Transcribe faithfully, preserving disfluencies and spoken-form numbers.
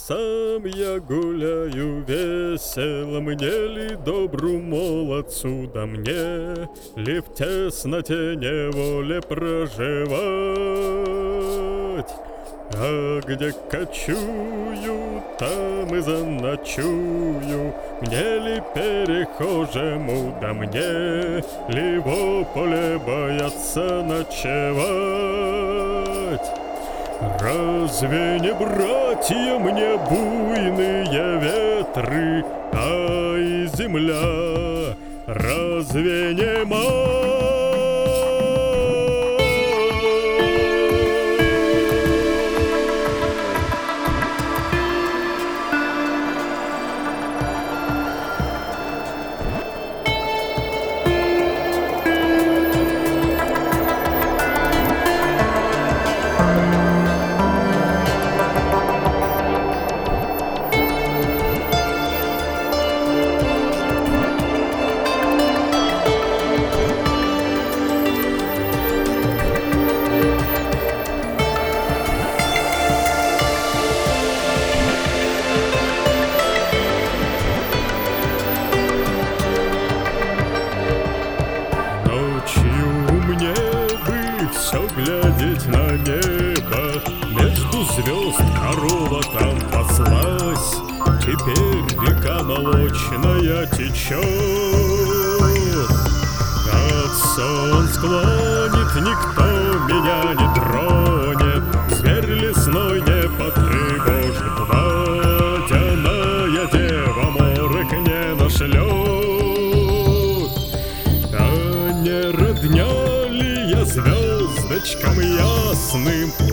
сам я гуляю весело, мне ли добру молодцу, да мне ли в тесноте неволе проживать? А где кочую, там и заночую, мне ли перехожему, да мне ли во поле бояться ночевать? Разве не братья мне буйные ветры, а и земля, разве не мать? Все глядеть на небо, между звезд корова там паслась, теперь река молочная течет. От сон склонит, никто меня не тронет, зверь лесной не потревожит, водяная дева морок не нашлет. А не родня ли я звездочкам ясным